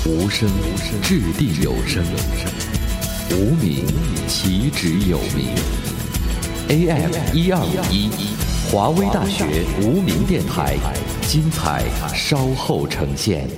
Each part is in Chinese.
无声掷地有声，无名岂止有名。AM1251华威大学无名电台，精彩稍后呈现。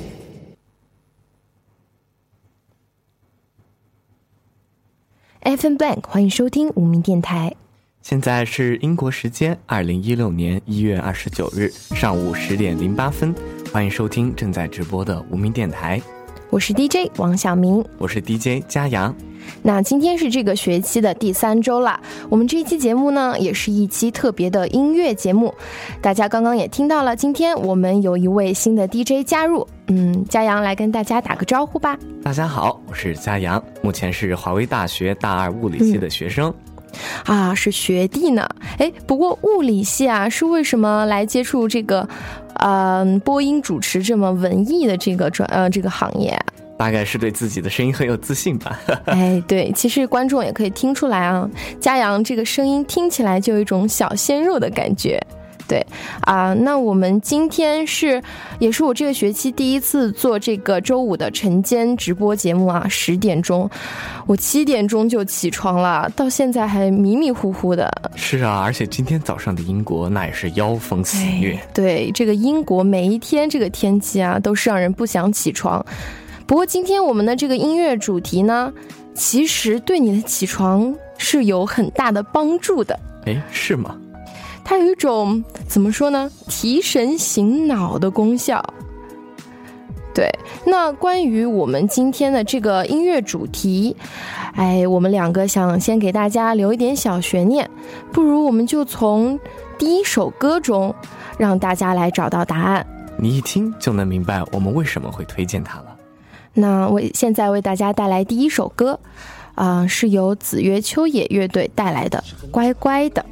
FM Blank， 欢迎收听无名电台。 现在是英国时间2016年1月29日上午10点08分，欢迎收听正在直播的无名电台。 我是 DJ 王晓明， 我是 DJ 嘉阳。 那今天是这个学期的第3周啦，我们这一期节目呢，也是一期特别的音乐节目。大家刚刚也听到了，今天我们有一位新的 DJ 加入，嘉阳来跟大家打个招呼吧。 大家好，我是嘉阳，目前是华威大学大2物理系的学生。 是学弟呢。不过物理系啊，是为什么来接触这个播音主持这么文艺的这个行业啊？ 大概是对自己的声音很有自信吧。 对，其实观众也可以听出来啊，嘉阳这个声音听起来就有一种小鲜肉的感觉。对那我们今天也是我这个学期第一次做这个周五的晨间直播节目啊，10点钟，我7点钟就起床了，到现在还迷迷糊糊的。 是啊，而且今天早上的英国那也是妖风肆虐。 对，这个英国每一天这个天气啊，都是让人不想起床。不过今天我们的这个音乐主题呢，其实对你的起床是有很大的帮助的。 是吗？ 它有一种怎么说呢，提神醒脑的功效。对，那关于我们今天的这个音乐主题，我们两个想先给大家留一点小悬念，不如我们就从第一首歌中让大家来找到答案。 你一听就能明白我们为什么会推荐它了。 那我现在为大家带来第一首歌，是由子曰秋野乐队带来的《乖乖的》。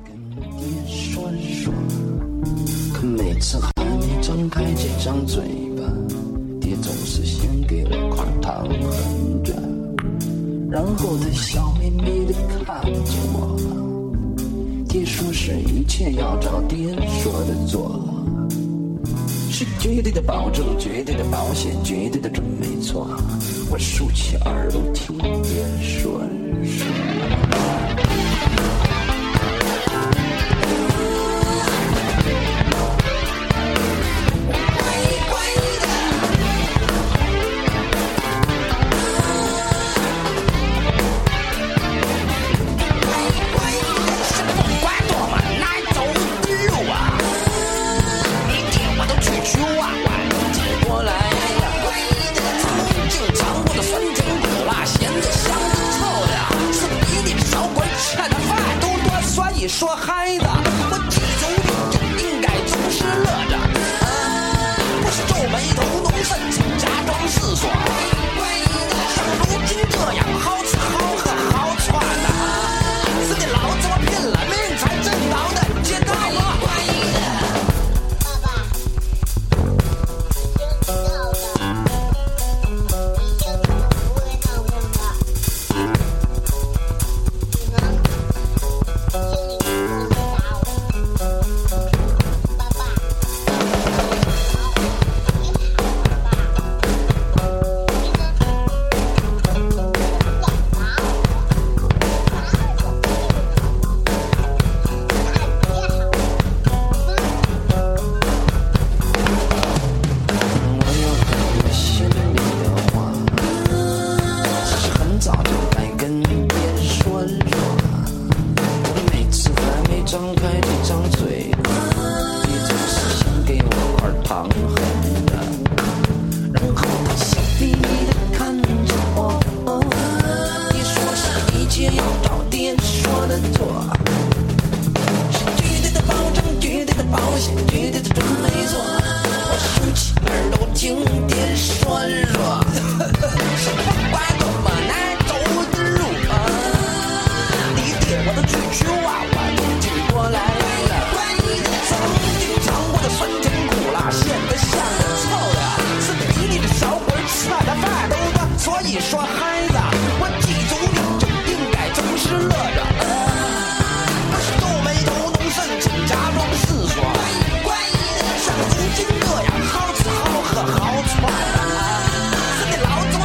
可每次还没张开这张嘴巴，爹总是先给我块糖含着，然后他笑眯眯地看着我。爹说是一切要照爹说的做，是绝对的保证，绝对的保险，绝对的准没错。我竖起耳朵听爹说说。说孩子，我记住你就应该总是乐着，不是皱眉头弄神情假装思索，像如今这样好吃好喝好穿的，是得老子我拼了命才挣到的，接到我。老子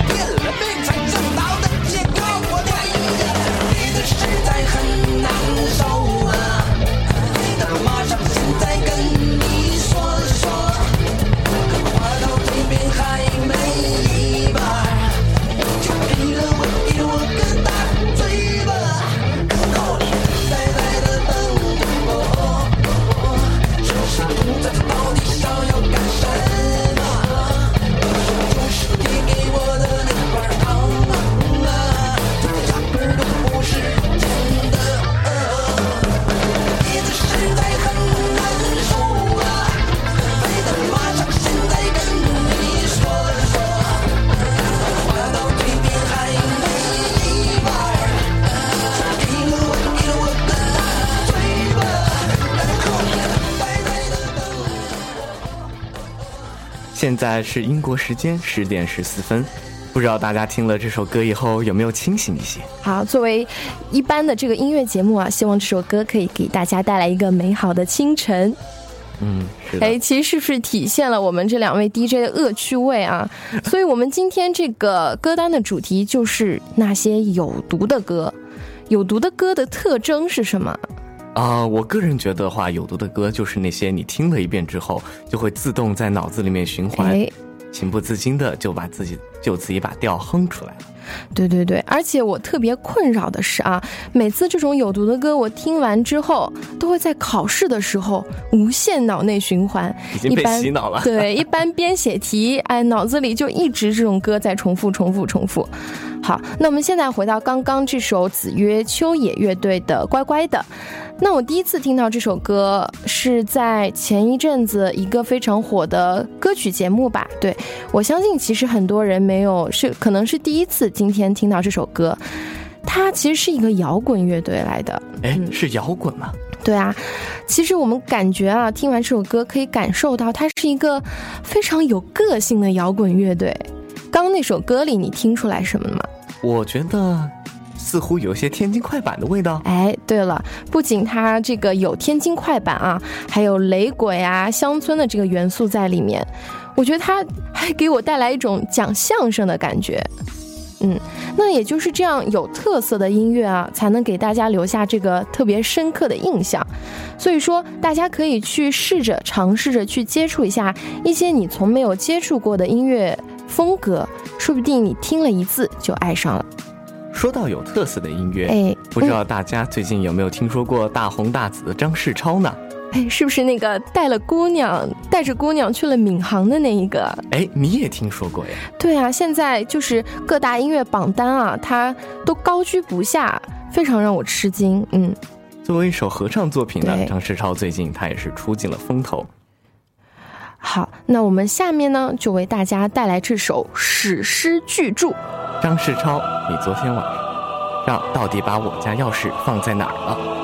现在是英国时间10点14分，不知道大家听了这首歌以后有没有清醒一些？ 好，作为一般的这个音乐节目啊，希望这首歌可以给大家带来一个美好的清晨。 是的。 其实是不是体现了我们这2位 DJ 的恶趣味啊？所以我们今天这个歌单的主题就是那些有毒的歌。有毒的歌的特征是什么？ 我个人觉得话，有毒的歌就是那些你听了一遍之后就会自动在脑子里面循环，情不自禁的就自己把调哼出来了。 对对对，而且我特别困扰的是啊，每次这种有毒的歌我听完之后都会在考试的时候无限脑内循环， 已经被洗脑了。 对，一般编写题脑子里就一直这种歌在重复。好，那我们现在回到刚刚这首子曰秋野乐队的乖乖的。那我第一次听到这首歌是在前一阵子一个非常火的歌曲节目吧。对，我相信其实很多人可能是第一次今天听到这首歌。它其实是一个摇滚乐队来的。 是摇滚吗？ 对啊，其实我们感觉啊，听完这首歌可以感受到它是一个非常有个性的摇滚乐队。刚刚那首歌里你听出来什么了吗？ 我觉得似乎有些天津快板的味道。 对了，不仅它这个有天津快板啊，还有雷鬼啊、乡村的这个元素在里面。我觉得它还给我带来一种讲相声的感觉。那也就是这样有特色的音乐啊，才能给大家留下这个特别深刻的印象。所以说大家可以去尝试着去接触一下一些你从没有接触过的音乐风格，说不定你听了一次就爱上了。 说到有特色的音乐，不知道大家最近有没有听说过大红大紫的张世超呢？ 是不是那个带着姑娘去了闵行的那一个？ 你也听说过呀？ 对啊，现在就是各大音乐榜单啊，它都高居不下，非常让我吃惊。 作为一首合唱作品呢，张世超最近他也是出尽了风头。 好，那我们下面呢就为大家带来这首史诗巨著。 张世超，你昨天晚上到底把我家钥匙放在哪儿了？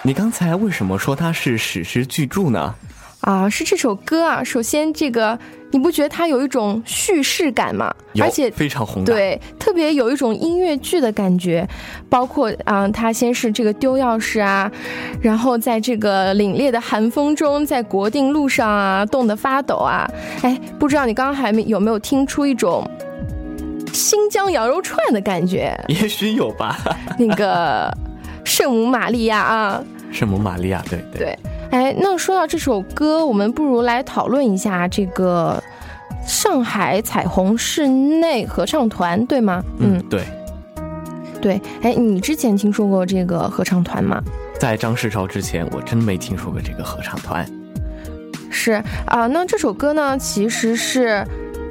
你刚才为什么说它是史诗巨著呢？ 是这首歌啊，首先这个你不觉得它有一种叙事感吗？而且非常宏大， 对，特别有一种音乐剧的感觉。包括它先是这个丢钥匙啊，然后在这个凛冽的寒风中，在国定路上啊，冻得发抖啊。哎，不知道你刚刚有没有听出一种新疆羊肉串的感觉？ 也许有吧。 那个圣母玛利亚啊， 圣母玛利亚，对对对。哎，那说到这首歌，我们不如来讨论一下这个上海彩虹室内合唱团，对吗？ 对对。哎，你之前听说过这个合唱团吗？ 在张世超之前，我真没听说过这个合唱团。 是那这首歌呢，其实是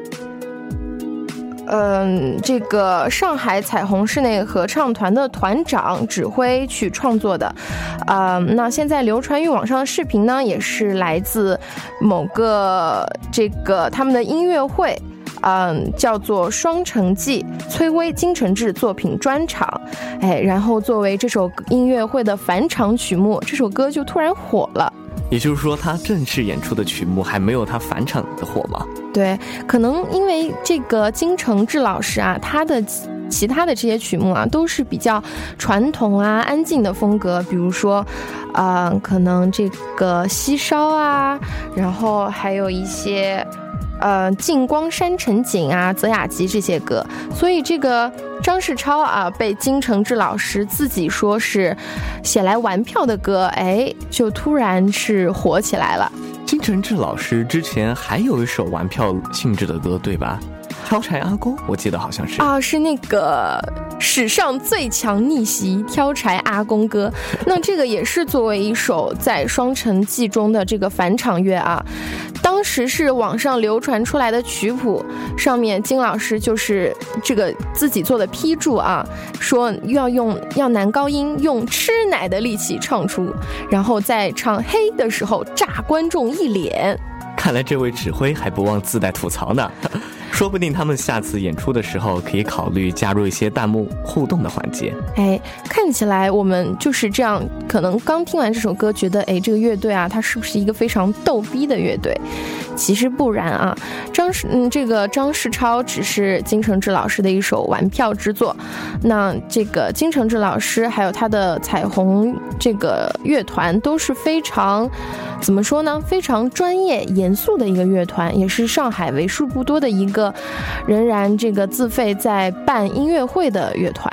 这个上海彩虹室内合唱团的团长指挥去创作的。那现在流传于网上的视频呢，也是来自某个这个他们的音乐会，叫做双城记崔巍金承志作品专场。哎，然后作为这首音乐会的返场曲目，这首歌就突然火了。 也就是说，他正式演出的曲目还没有他返场的火吗？ 对，可能因为这个金承志老师啊，他的其他的这些曲目啊，都是比较传统啊、安静的风格，比如说，可能这个西烧啊，然后还有一些静光山城景啊、泽雅集这些歌，所以这个张世超啊，被金承志老师自己说是写来玩票的歌，哎，就突然是火起来了。 金承志老师之前还有一首玩票性质的歌，对吧？挑柴阿公，我记得好像是是那个史上最强逆袭挑柴阿公歌。那这个也是作为一首在双城记中的这个返场乐啊，当时是网上流传出来的曲谱，上面金老师就是这个自己做的批注啊，说要男高音用吃奶的力气唱出，然后在唱嘿的时候炸观众一脸。 看来这位指挥还不忘自带吐槽呢。说不定他们下次演出的时候可以考虑加入一些弹幕互动的环节。 哎，看起来我们就是这样，可能刚听完这首歌觉得，哎，这个乐队啊，它是不是一个非常逗逼的乐队？其实不然啊，这个张世超只是金承志老师的一首玩票之作。那这个金承志老师还有他的彩虹这个乐团都是非常怎么说呢？非常专业严肃的一个乐团，也是上海为数不多的一个仍然这个自费在办音乐会的乐团。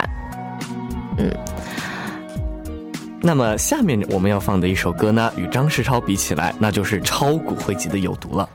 那么下面我们要放的一首歌呢，与张世超比起来，那就是超骨灰级的有毒了。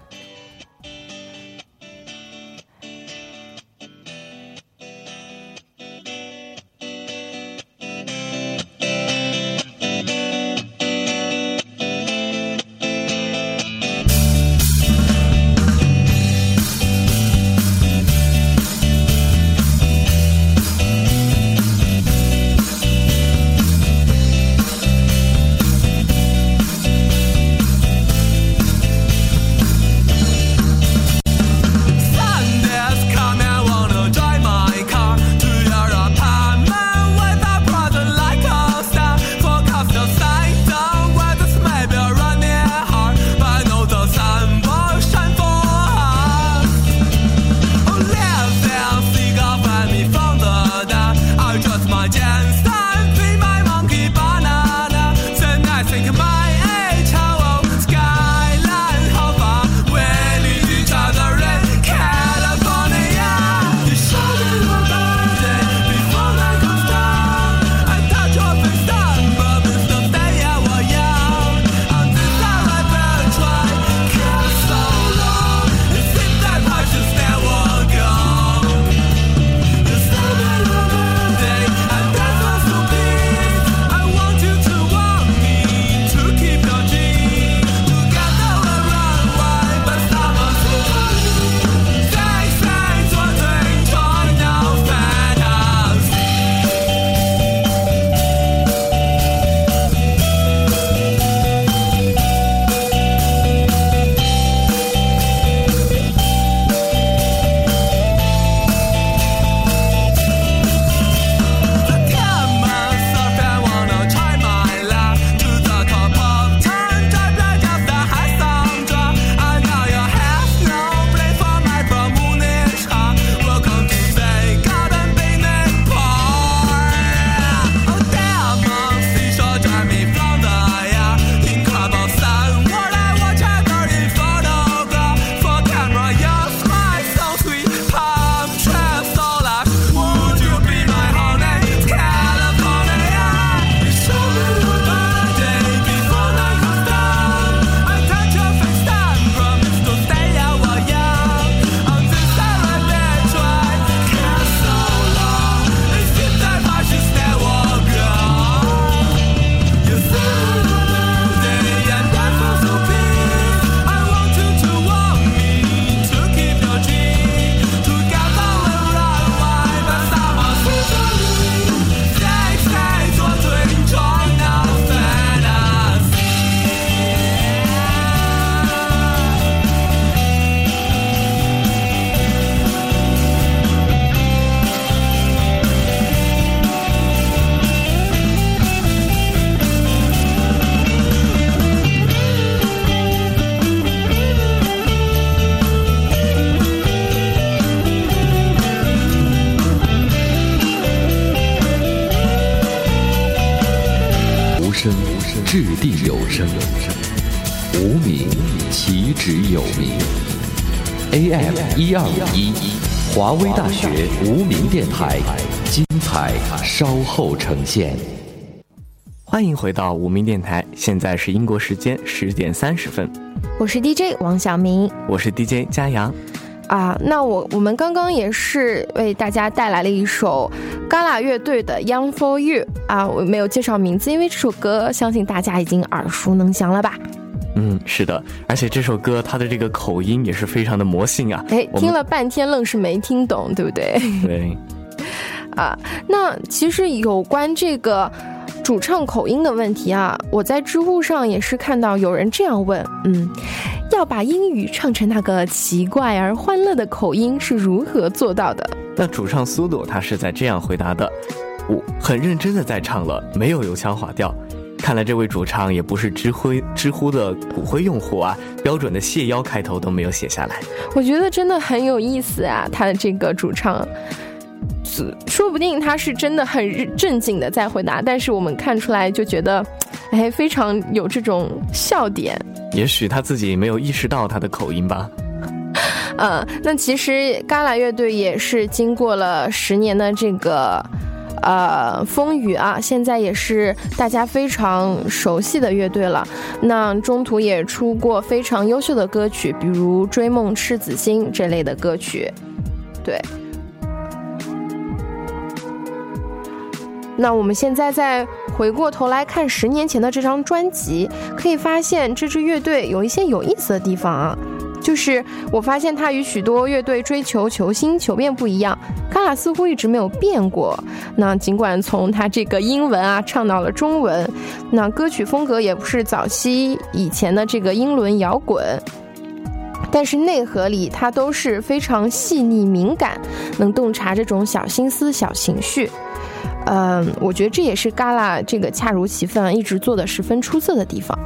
掷地有声，无名岂止有名。AM1251，华威大学无名电台，精彩稍后呈现。 欢迎回到无名电台，现在是英国时间10点30分。 我是 DJ 王晓明， 我是 DJ 嘉阳。 那我们刚刚也是为大家带来了一首Gala乐队的 Young for You 我没有介绍名字，因为这首歌相信大家已经耳熟能详了吧。 是的，而且这首歌它的这个口音也是非常的魔性啊。 听了半天愣是没听懂，对不对？ 对。 那其实有关这个主唱口音的问题我在知乎上也是看到有人这样问，要把英语唱成那个奇怪而欢乐的口音是如何做到的？ 那主唱苏朵他是在这样回答的：我很认真的在唱了，没有油腔滑调。看来这位主唱也不是知乎的骨灰用户标准的谢邀开头都没有写下来。 我觉得真的很有意思他的这个主唱说不定他是真的很正经的在回答，但是我们看出来就觉得非常有这种笑点。 也许他自己没有意识到他的口音吧。 那其实Gala乐队也是经过了10年的这个风雨现在也是大家非常熟悉的乐队了。那中途也出过非常优秀的歌曲，比如追梦赤子心这类的歌曲。对，那我们现在再回过头来看10年前的这张专辑，可以发现这支乐队有一些有意思的地方就是我发现它与许多乐队追求求新求变不一样，Gala似乎一直没有变过。那尽管从它这个英文唱到了中文，那歌曲风格也不是早期以前的这个英伦摇滚，但是内核里它都是非常细腻敏感，能洞察这种小心思小情绪。我觉得这也是Gala这个恰如其分一直做的十分出色的地方。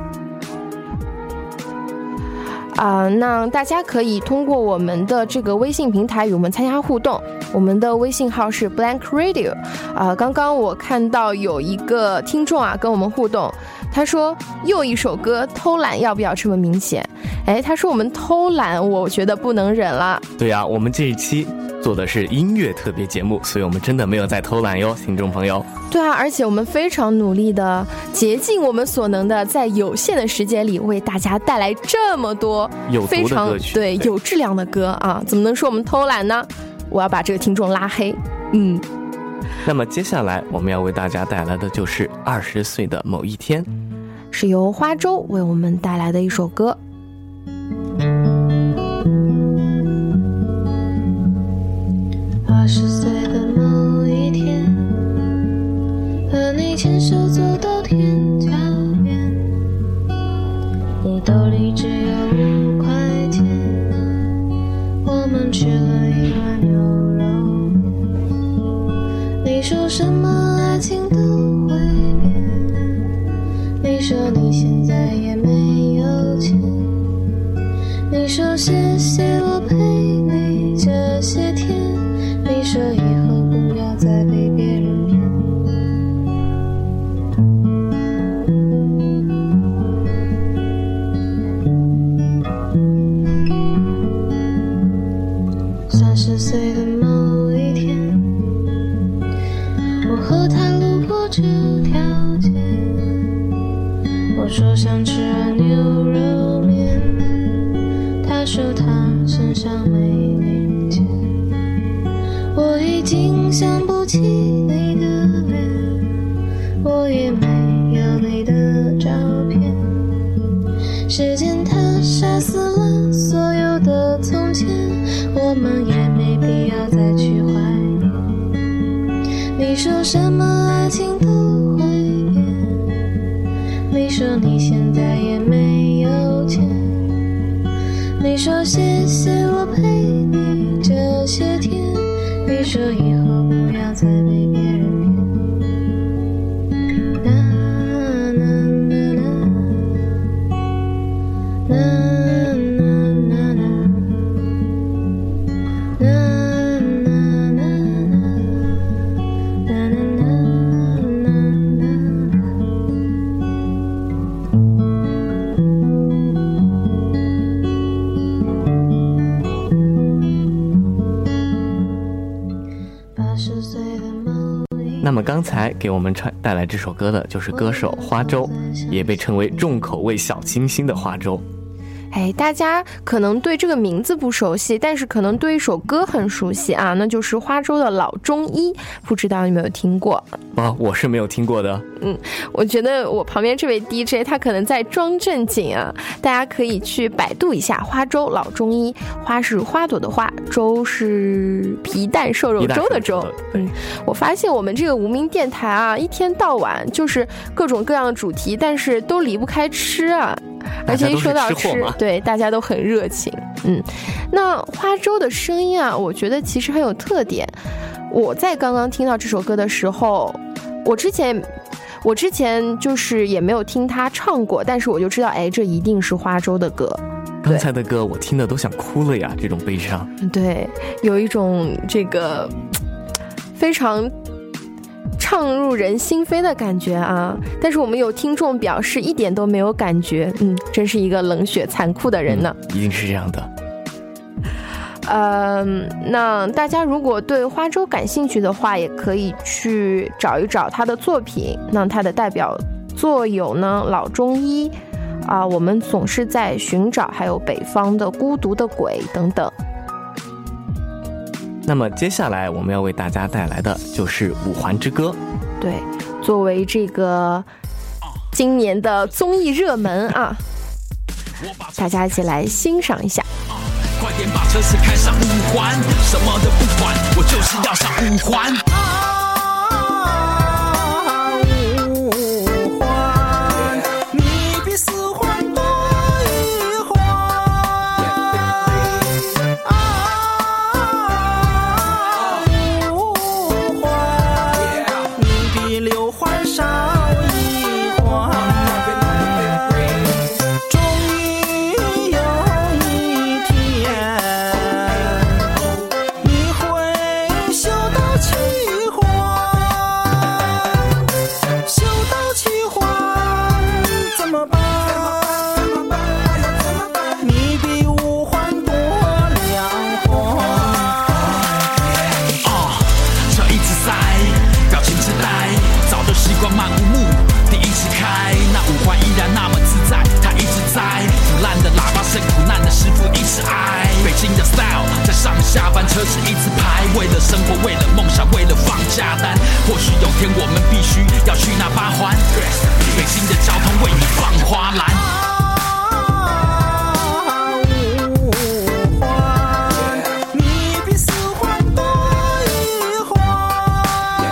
那大家可以通过我们的这个微信平台与我们参加互动，我们的微信号是 Blank Radio。刚刚我看到有一个听众跟我们互动，他说又一首歌偷懒要不要这么明显？他说我们偷懒，我觉得不能忍了。 对我们这一期做的是音乐特别节目，所以我们真的没有在偷懒哟，听众朋友。 对而且我们非常努力的竭尽我们所能的在有限的时间里为大家带来这么多非常对有质量的歌怎么能说我们偷懒呢？我要把这个听众拉黑。 那么接下来我们要为大家带来的就是20岁的某一天， 是由花粥为我们带来的一首歌。 20岁的某一天，和你牵手走到天桥边，你兜里只有5块钱，我们吃了一碗牛肉面。你说什么爱情都会变，你说你现在也没有钱，你说谢谢我陪你这些天，你说以后不要再被别人骗。30岁的某一天，我和他路过这条街，我说想吃碗牛肉面，他说他身上没零钱。我已经想不起你的脸，我也没有你的照片。时间它杀死了所有的从前，我们也没必要再去怀念。你说什么爱情都会变，你说你现在也没有钱，你说谢谢我陪你这些天，你说以后不要再被别人骗。 那么刚才给我们带来这首歌的就是歌手花粥，也被称为重口味小清新的花粥。 大家可能对这个名字不熟悉，但是可能对一首歌很熟悉啊，那就是花粥的《老中医》，不知道有没有听过？ 我是没有听过的。 我觉得我旁边这位 DJ 他可能在装正经啊，大家可以去百度一下花粥老中医，花是花朵的花，粥是皮蛋瘦肉粥的粥。我发现我们这个无名电台啊，一天到晚就是各种各样的主题，但是都离不开吃啊。而且一说到吃，对，大家都很热情。那花粥的声音啊，我觉得其实很有特点。我在刚刚听到这首歌的时候，我之前就是也没有听他唱过，但是我就知道，这一定是花粥的歌。 刚才的歌我听的都想哭了呀，这种悲伤。 对，有一种这个非常唱入人心扉的感觉啊！但是我们有听众表示一点都没有感觉，真是一个冷血残酷的人呢。 一定是这样的。 那大家如果对花粥感兴趣的话，也可以去找一找他的作品。那他的代表作有呢《老中医》我们总是在寻找，还有北方的孤独的鬼等等。 那么接下来我们要为大家带来的就是《五环之歌》。 对，作为这个今年的综艺热门啊，大家一起来欣赏一下。 快点把车子开上五环，什么都不管，我就是要上五环。 五环，你比四环多一环。五环，你比六环少一环。终于有一天，你会修到七环，修到七环怎么办？你比五环多两环。 车一直塞，表情痴呆，早就习惯漫无目的一直开，那五环依然那么自在，它一直在。腐烂的喇叭声，苦难的师傅一直挨。北京的 style 在上下班车子一直排，为了生活，为了梦想，为了放假单。或许有天我们必须要去那八环，北京的交通为你放花篮。 五环，你比四环多一环。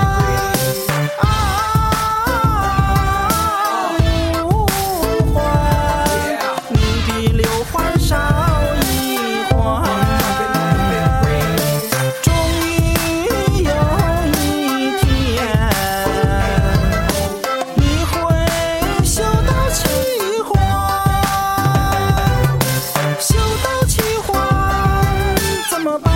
五环，你比六环少一环。终于有一天，你会修到七环，修到七环怎么办？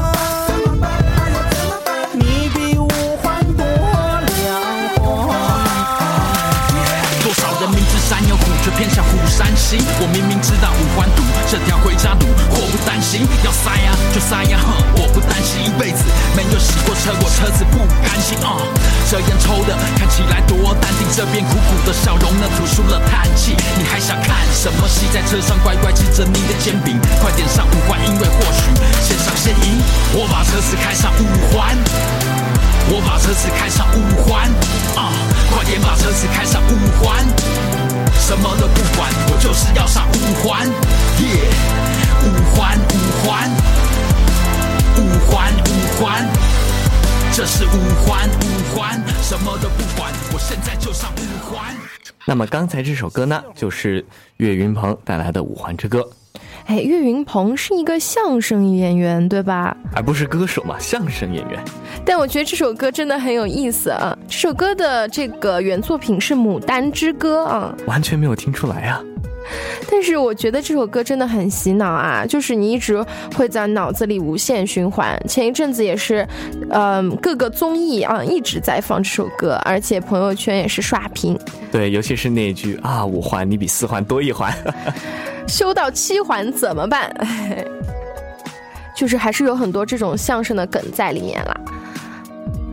你比五环多两环。 多少人明知山有虎，却偏向虎山行。我明明知道五环堵，这条回家路祸不单行。要塞呀就塞呀，我不担心，一辈子没有洗过车，我车子不干净这烟抽的看起来多淡定，这边苦苦的笑容呢吐出了叹气。你还想看什么戏？在车上乖乖吃着你的煎饼，快点上五环，因为或许先上先赢。我把车子开上五环，我把车子开上五环快点把车子开上五环，什么都不管，我就是要上五环。五环五环，五环五环，这是五环五环，什么都不管，我现在就上五环。 那么刚才这首歌呢，就是岳云鹏带来的《五环之歌》。 岳云鹏是一个相声演员，对吧？ 而不是歌手嘛，相声演员。 但我觉得这首歌真的很有意思啊！这首歌的这个原作品是《牡丹之歌》啊， 完全没有听出来啊。 但是我觉得这首歌真的很洗脑啊，就是你一直会在脑子里无限循环。前一阵子也是各个综艺一直在放这首歌，而且朋友圈也是刷屏。 对，尤其是那句五环你比四环多一环修到七环怎么办就是还是有很多这种相声的梗在里面啦。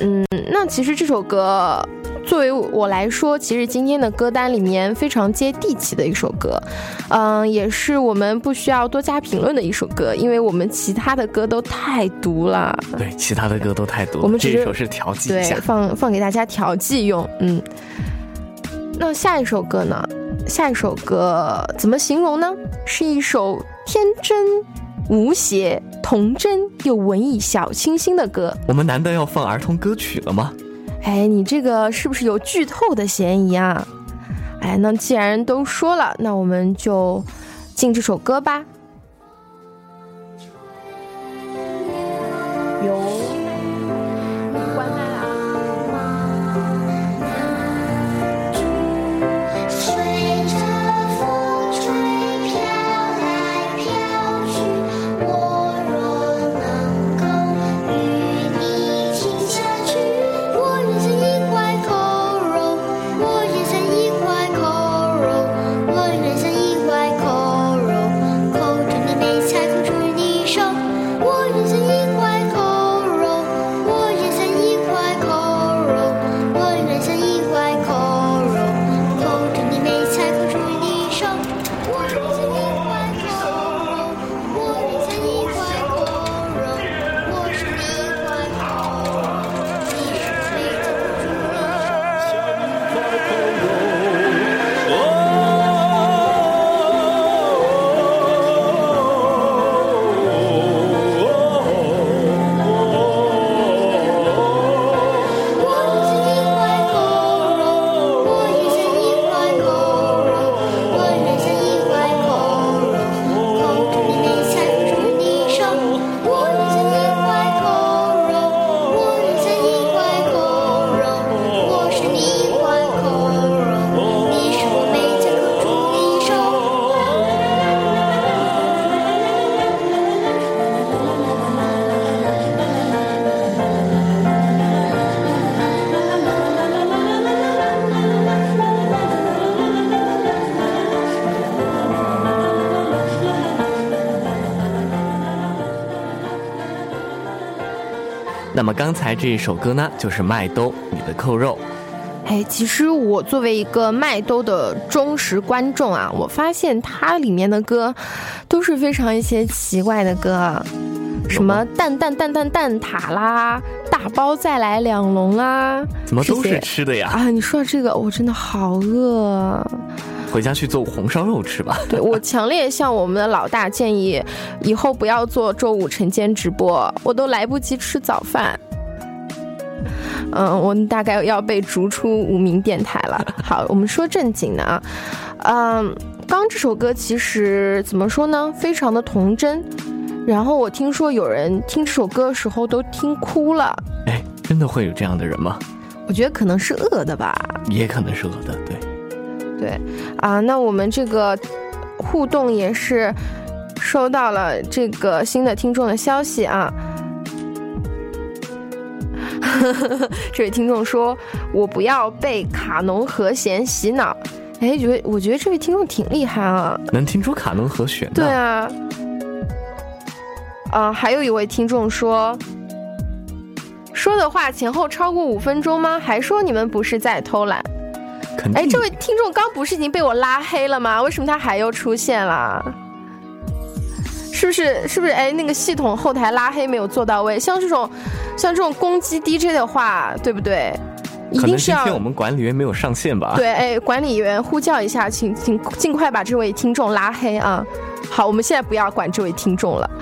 那其实这首歌作为我来说，其实今天的歌单里面非常接地气的一首歌，也是我们不需要多加评论的一首歌，因为我们其他的歌都太毒了。 对，其他的歌都太毒了， 我们只是这首是调剂一下， 对，放给大家调剂用。那下一首歌呢？下一首歌怎么形容呢？是一首天真无邪、童真又文艺小清新的歌。 我们难道要放儿童歌曲了吗？ 哎，你这个是不是有剧透的嫌疑啊？哎，那既然都说了，那我们就进这首歌吧。有关麦啊。 那么刚才这一首歌呢，就是麦兜你的扣肉。 哎，其实我作为一个麦兜的忠实观众啊，我发现它里面的歌都是非常一些奇怪的歌啊，什么蛋蛋蛋蛋蛋挞啦，大包再来2笼啦， 怎么都是吃的呀？ 啊，你说这个我真的好饿。 回家去做红烧肉吃吧。 对，我强烈向我们的老大建议，以后不要做周5晨间直播，我都来不及吃早饭。我大概要被逐出无名电台了。好，我们说正经的啊。刚这首歌其实怎么说呢，非常的童真。然后我听说有人听这首歌的时候都听哭了。 哎，真的会有这样的人吗？ 我觉得可能是饿的吧。 也可能是饿的，对。 对啊，那我们这个互动也是收到了这个新的听众的消息啊。这位听众说，我不要被卡农和弦洗脑。哎，我觉得这位听众挺厉害啊， 能听出卡农和弦的。 对啊。还有一位听众说的话前后超过5分钟吗？还说你们不是在偷懒。哎，这位听众刚不是已经被我拉黑了吗？为什么他还又出现了？是不是？哎，那个系统后台拉黑没有做到位，像这种攻击 DJ 的话，对不对？一定是要。 可能今天我们管理员没有上线吧？ 对，哎，管理员呼叫一下，请尽快把这位听众拉黑啊！好，我们现在不要管这位听众了。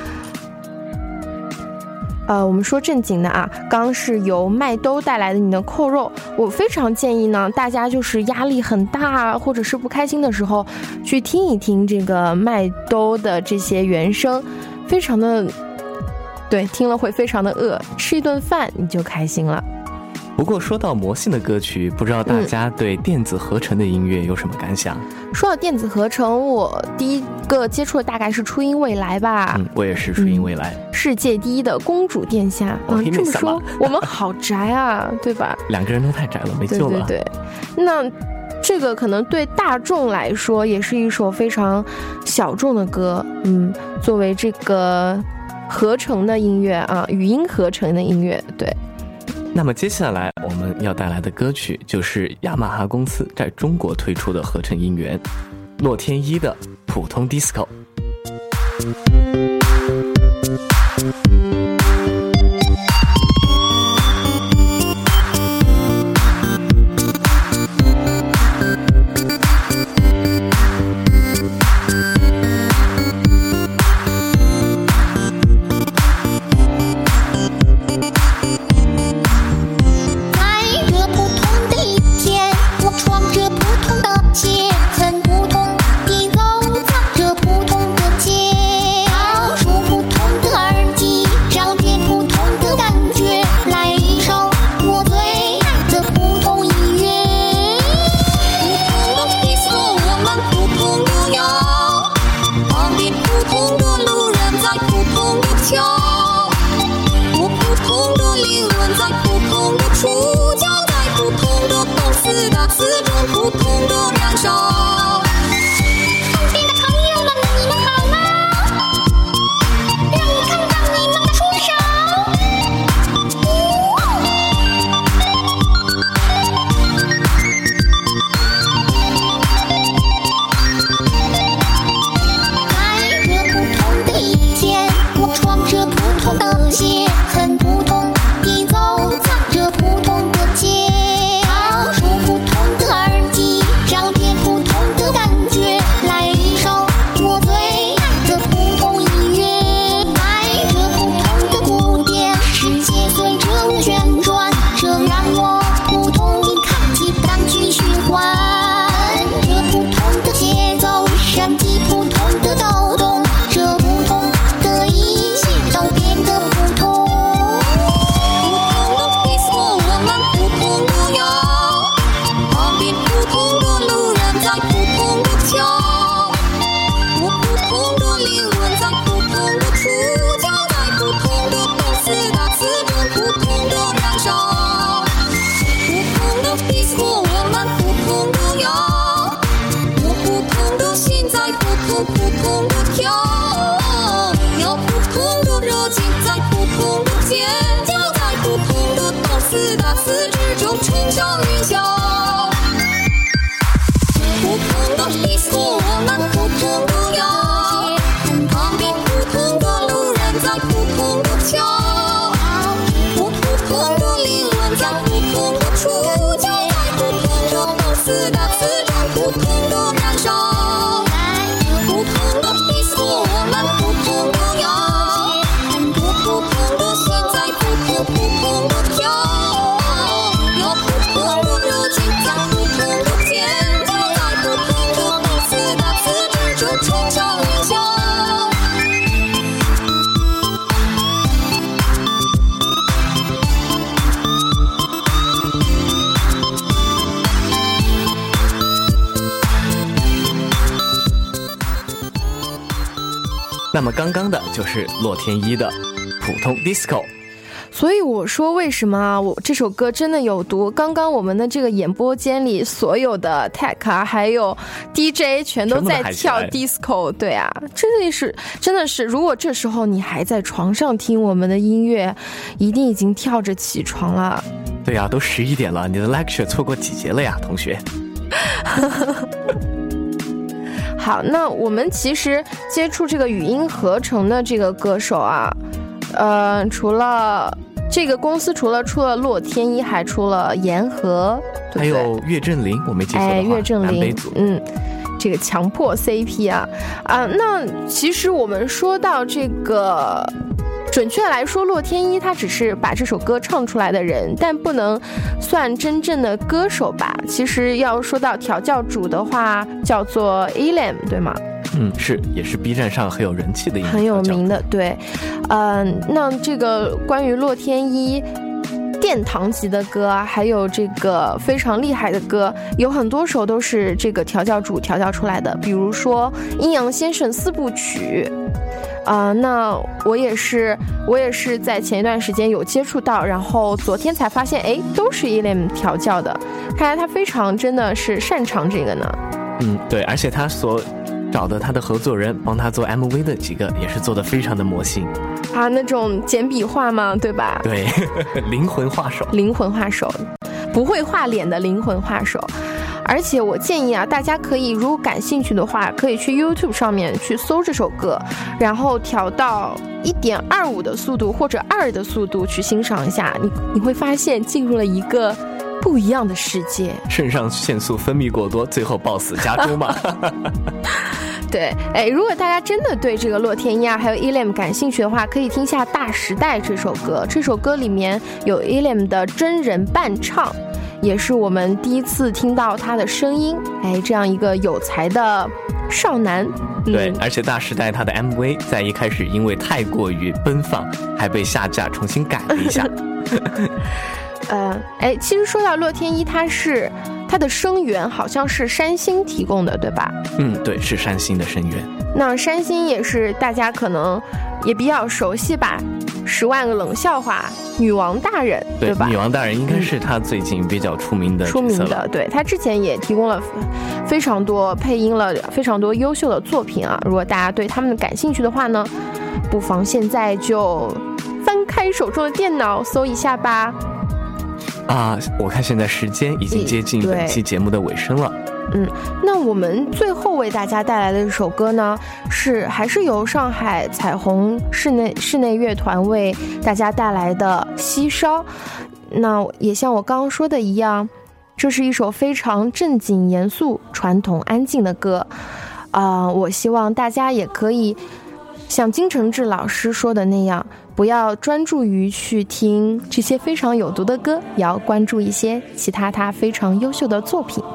我们说正经的啊，刚是由麦兜带来的你的扣肉，我非常建议呢，大家就是压力很大或者是不开心的时候，去听一听这个麦兜的这些原声，非常的，对，听了会非常的饿，吃一顿饭你就开心了。 不过说到魔性的歌曲，不知道大家对电子合成的音乐有什么感想？ 说到电子合成，我第一个接触的大概是初音未来吧。 我也是初音未来。 世界第一的公主殿下。这么说我们好宅啊，对吧？ 两个人都太宅了，没救了。 对。那这个可能对大众来说也是一首非常小众的歌。作为这个合成的音乐啊，语音合成的音乐，对。 那么接下来我们要带来的歌曲就是雅马哈公司在中国推出的合成音源，洛天依的普通 disco。那么刚刚的就是洛天依的普通 disco。 所以我说为什么我这首歌真的有毒，刚刚我们的这个演播间里所有的 tech 啊还有 DJ 全都在跳 disco。 对啊，真的是如果这时候你还在床上听我们的音乐，一定已经跳着起床了。 对啊，都11点了，你的 lecture 错过几节了呀同学。 好，那我们其实接触这个语音合成的这个歌手啊，除了这个公司，除了出了洛天依，还出了言和，对不对？ 还有岳振林，我没记错的话， 岳振林，这个强迫 CP 啊，那其实我们说到这个，准确来说，洛天依他只是把这首歌唱出来的人，但不能算真正的歌手吧。其实要说到调教主的话，叫做 Elam， 对吗？ 是，也是 B 站上很有人气的一很有名的，对。那这个关于洛天依殿堂级的歌啊，还有这个非常厉害的歌，有很多首都是这个调教主调教出来的，比如说阴阳先生4部曲。那我也是在前一段时间有接触到，然后昨天才发现，都是 Elam 调教的，看来他非常真的是擅长这个呢。 对，而且他所找的他的合作人帮他做 MV 的几个也是做得非常的魔性啊，那种简笔画嘛，对吧？ 对，灵魂画手， 灵魂画手，不会画脸的灵魂画手。而且我建议啊，大家可以如果感兴趣的话，可以去 YouTube 上面去搜这首歌，然后调到1.25的速度或者2的速度去欣赏一下，你会发现进入了一个不一样的世界。 肾上腺素分泌过多，最后暴死加州嘛。 对，如果大家真的对这个洛天依啊还有 Elim 感兴趣的话，可以听一下《大时代》这首歌。这首歌里面有 Elim 的真人伴唱，也是我们第一次听到他的声音。这样一个有才的少男。 对，而且《大时代》他的 MV 在一开始因为太过于奔放，还被下架重新改了一下。 其实说到洛天依，他的声源好像是山星提供的，对吧？ 对，是山星的声源。 那山星也是大家可能也比较熟悉吧，10万个冷笑话女王大人， 对吧？ 女王大人应该是他最近比较出名的角色了。 对，他之前也提供了非常多配音了非常多优秀的作品啊。如果大家对他们感兴趣的话呢，不妨现在就翻开手中的电脑搜一下吧。 我看现在时间已经接近本期节目的尾声了。 那我们最后为大家带来的这首歌呢，还是由上海彩虹室内乐团为大家带来的《西烧》。那也像我刚刚说的一样，这是一首非常正经严肃传统安静的歌。我希望大家也可以像金承志老师说的那样，不要专注于去听这些非常有毒的歌，也要关注一些其他他非常优秀的作品。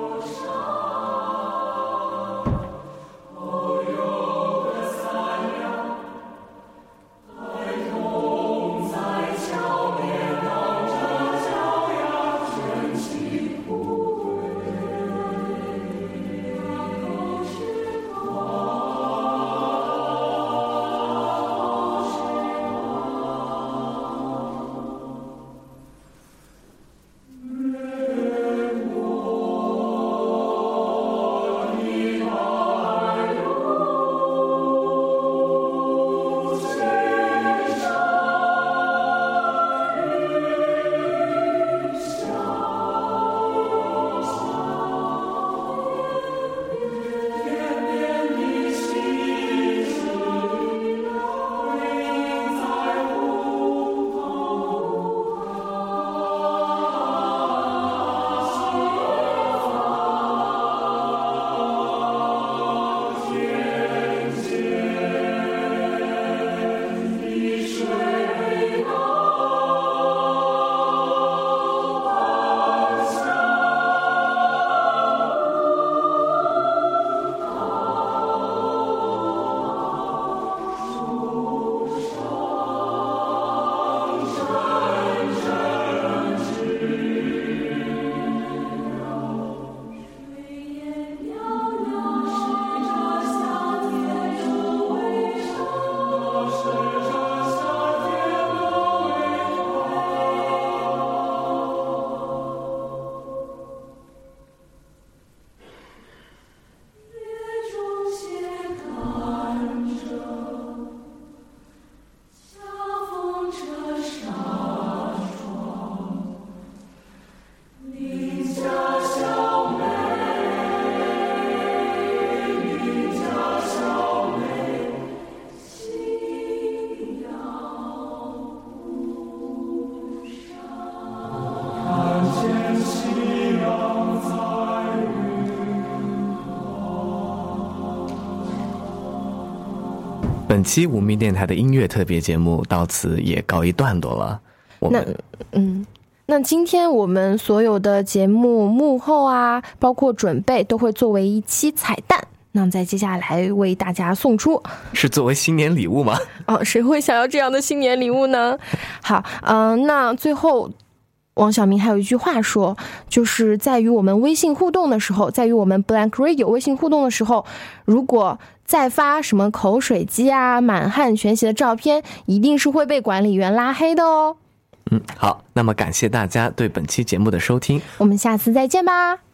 本期无名电台的音乐特别节目到此也告一段落了。 那今天我们所有的节目幕后啊，包括准备都会作为一期彩蛋，那在接下来为大家送出。 是作为新年礼物吗？ 谁会想要这样的新年礼物呢？好，那最后王晓明还有一句话说，就是在于我们微信互动的时候，在于我们 Blank Radio 微信互动的时候，如果再发什么口水鸡啊、满汉全席的照片，一定是会被管理员拉黑的哦。 好，那么感谢大家对本期节目的收听， 我们下次再见吧。